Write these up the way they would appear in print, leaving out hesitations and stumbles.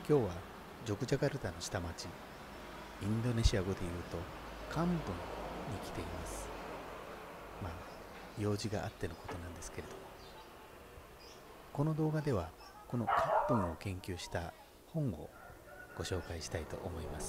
今日はジョグジャカルタの下町、インドネシア語で言うとカンブンに来ています。用事があってのことなんですけれども、この動画ではこのカンブンを研究した本をご紹介したいと思います。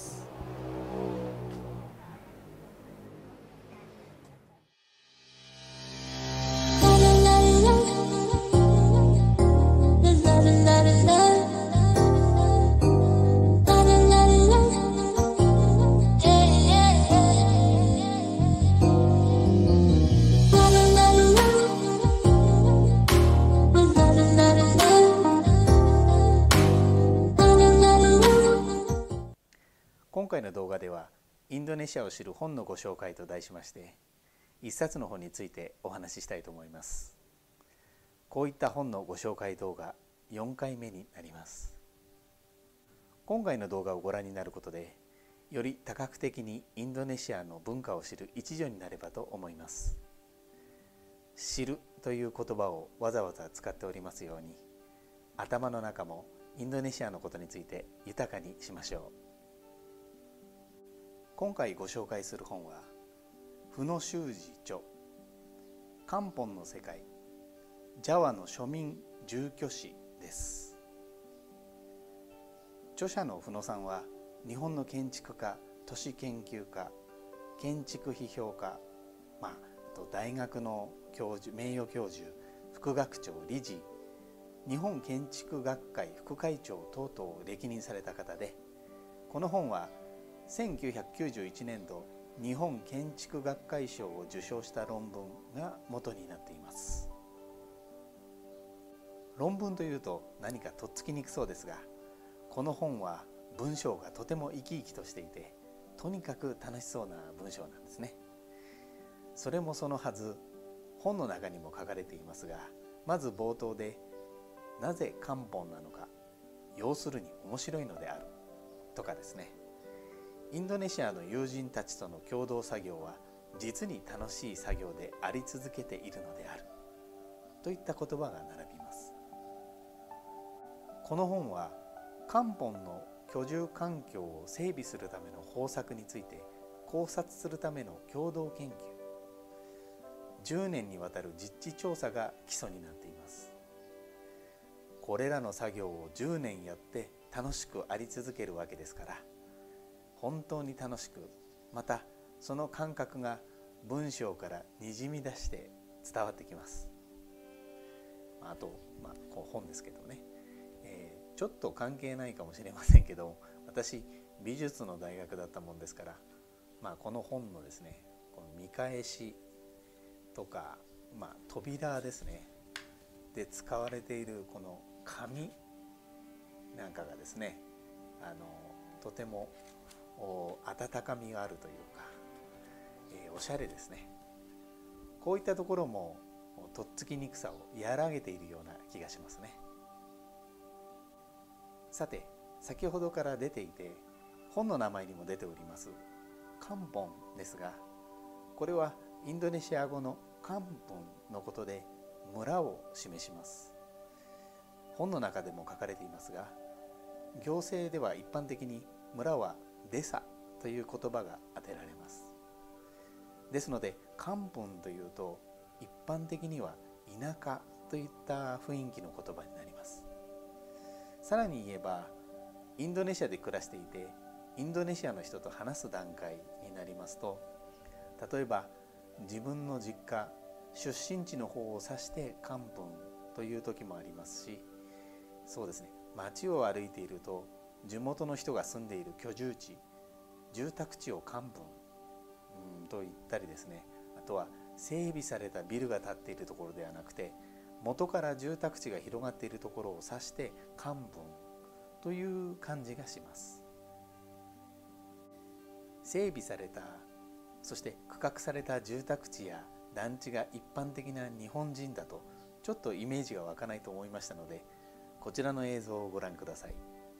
今回の動画ではインドネシアを知る本のご紹介と題しまして、一冊の本についてお話ししたいと思います。こういった本のご紹介動画4回目になります。今回の動画をご覧になることで、より多角的にインドネシアの文化を知る一助になればと思います。知るという言葉をわざわざ使っておりますように、頭の中もインドネシアのことについて豊かにしましょう。今回ご紹介する本はフノシュージ著漢本の世界ジャワの庶民住居史です。著者のフノさんは日本の建築家、都市研究家、建築批評家、あと大学の教授、名誉教授、副学長、理事、日本建築学会副会長等々を歴任された方で、この本は1991年度日本建築学会賞を受賞した論文が元になっています。論文というと何かとっつきにくそうですが、この本は文章がとても生き生きとしていて、とにかく楽しそうな文章なんですね。それもそのはず、本の中にも書かれていますが、まず冒頭でなぜ漢本なのか、要するに面白いのであるとかですね、インドネシアの友人たちとの共同作業は実に楽しい作業であり続けているのであるといった言葉が並びます。この本は漢本の居住環境を整備するための方策について考察するための共同研究、10年にわたる実地調査が基礎になっています。これらの作業を10年やって楽しくあり続けるわけですから、本当に楽しく、またその感覚が文章からにじみ出して伝わってきます。あと、本ですけどね、ちょっと関係ないかもしれませんけど、私美術の大学だったもんですから、この本のですね、この見返しとか、扉ですねで使われているこの紙なんかがですね、とても温かみがあるというか、おしゃれですね。こういったところもとっつきにくさを和らげているような気がしますね。さて、先ほどから出ていて本の名前にも出ておりますカンポンですが、これはインドネシア語のカンプンのことで村を示します。本の中でも書かれていますが、行政では一般的に村はデサという言葉が当てられます。ですのでカンプンというと一般的には田舎といった雰囲気の言葉になります。さらに言えば、インドネシアで暮らしていてインドネシアの人と話す段階になりますと、例えば自分の実家、出身地の方を指してカンプンという時もありますし、そうですね、街を歩いていると地元の人が住んでいる居住地、住宅地をカンプンと言ったりですね、あとは整備されたビルが建っているところではなくて、元から住宅地が広がっているところを指してカンプンという感じがします。整備された、そして区画された住宅地や団地が一般的な日本人だとちょっとイメージが湧かないと思いましたので、こちらの映像をご覧ください。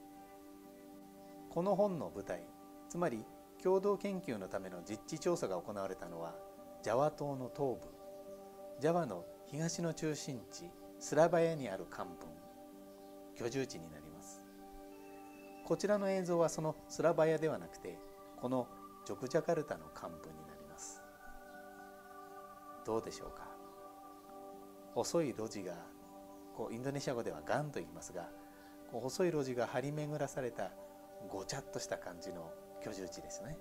この本の舞台、つまり共同研究のための実地調査が行われたのはジャワ島の東部、ジャワの東の中心地スラバヤにあるカンプン、居住地になります。 こちらの映像はそのスラバヤではなくて、このジョクジャカルタの漢文になります。どうでしょうか。細い路地がインドネシア語ではガンと言いますが、細い路地が張り巡らされたごちゃっとした感じの居住地ですね。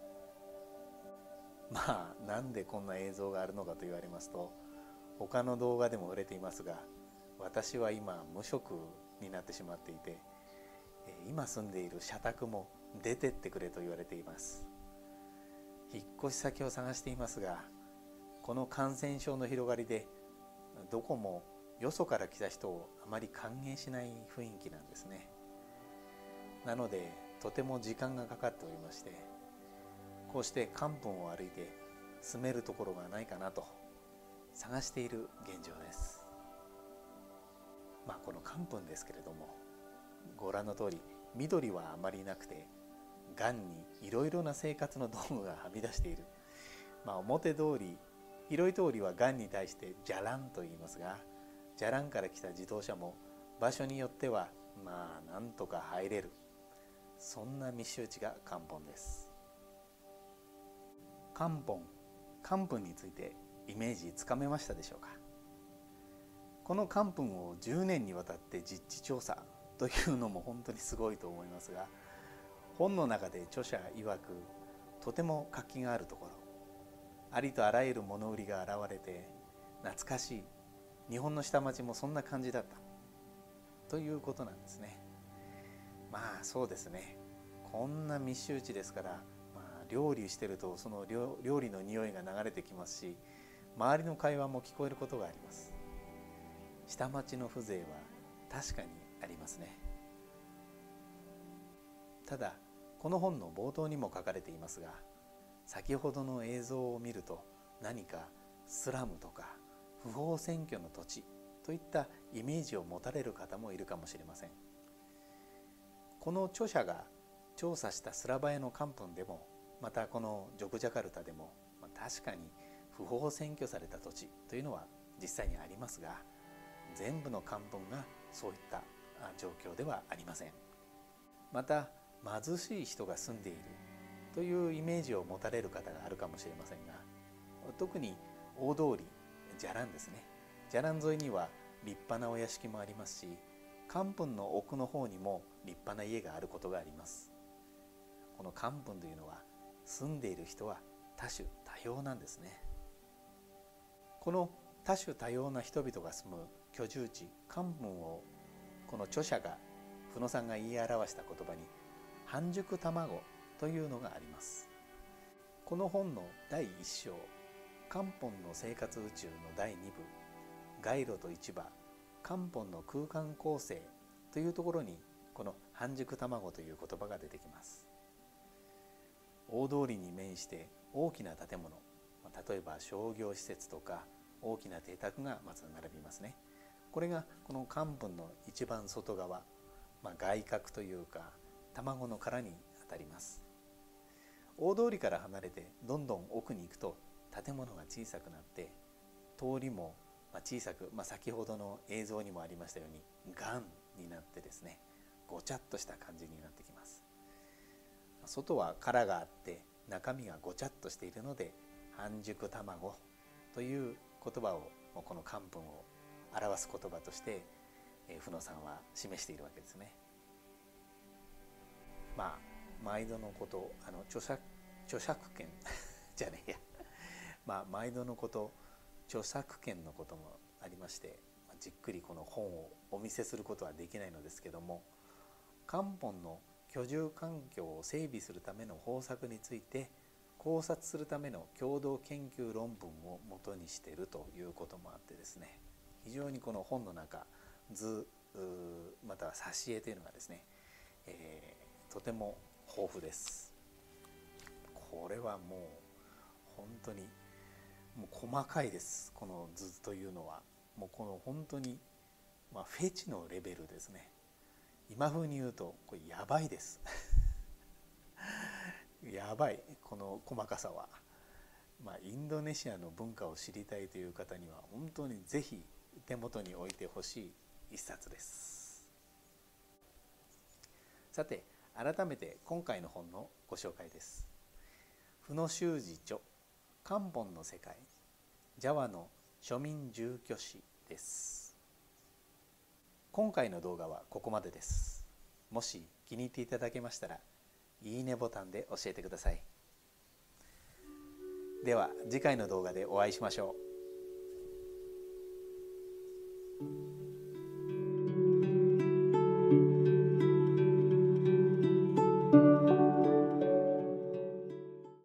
なんでこんな映像があるのかと言われますと、他の動画でも売れていますが、私は今無職になってしまっていて、今住んでいる社宅も出てってくれと言われています。引っ越し先を探していますが、この感染症の広がりでどこもよそから来た人をあまり歓迎しない雰囲気なんですね。なのでとても時間がかかっておりまして、こうして漢文を歩いて住めるところがないかなと探している現状です。この漢文ですけれども、ご覧の通り緑はあまりなくて、ガンにいろいろな生活の道具がはみ出している。表通り、広い通りはガンに対してジャランと言いますが、ジャランから来た自動車も場所によってはなんとか入れる、そんな密集地が漢文です。漢文についてイメージつかめましたでしょうか。この漢文を10年にわたって実地調査というのも本当にすごいと思いますが、本の中で著者曰くとても活気があるところ、ありとあらゆる物売りが現れて懐かしい、日本の下町もそんな感じだったということなんですね。そうですね、こんな密集地ですから、料理してるとその料理の匂いが流れてきますし、周りの会話も聞こえることがあります。下町の風情は確かにありますね。ただこの本の冒頭にも書かれていますが、先ほどの映像を見ると何かスラムとか不法占拠の土地といったイメージを持たれる方もいるかもしれません。この著者が調査したスラバヤの漢文でも、またこのジョクジャカルタでも、確かに不法占拠された土地というのは実際にありますが、全部の漢文がそういった状況ではありません。また貧しい人が住んでいるというイメージを持たれる方があるかもしれませんが、特に大通り、ジャランですね、ジャラン沿いには立派なお屋敷もありますし、漢文の奥の方にも立派な家があることがあります。この漢文というのは住んでいる人は多種多様なんですね。この多種多様な人々が住む居住地漢文を、この著者が符野さんが言い表した言葉に半熟卵というのがあります。この本の第1章、漢文の生活宇宙の第2部、街路と市場、漢文の空間構成というところに、この半熟卵という言葉が出てきます。大通りに面して大きな建物、例えば商業施設とか大きな邸宅がまず並びますね。これがこの漢文の一番外側、外郭というか卵の殻にあたります。大通りから離れてどんどん奥に行くと建物が小さくなって、通りも小さく、先ほどの映像にもありましたようにガンになってですね、ごちゃっとした感じになってきます。外は殻があって中身がごちゃっとしているので、半熟卵という言葉を、この漢文を表す言葉として符野さんは示しているわけですね。毎度のこと、著作権じゃねえや毎度のこと、著作権のこともありまして、じっくりこの本をお見せすることはできないのですけども、漢文の居住環境を整備するための方策について考察するための共同研究論文を元にしているということもあってですね、非常にこの本の中、図または挿絵というのがですね、とても豊富です。これはもう本当にもう細かいです。この図というのはもうこの本当にフェチのレベルですね。今風に言うとこれやばいですやばい、この細かさは。インドネシアの文化を知りたいという方には本当にぜひ手元に置いてほしい一冊です。さて、 改めて今回の本のご紹介です。符野修二著、漢本の世界、ジャワの庶民住居史です。今回の動画はここまでです。もし気に入っていただけましたら、いいねボタンで教えてください。では次回の動画でお会いしましょう。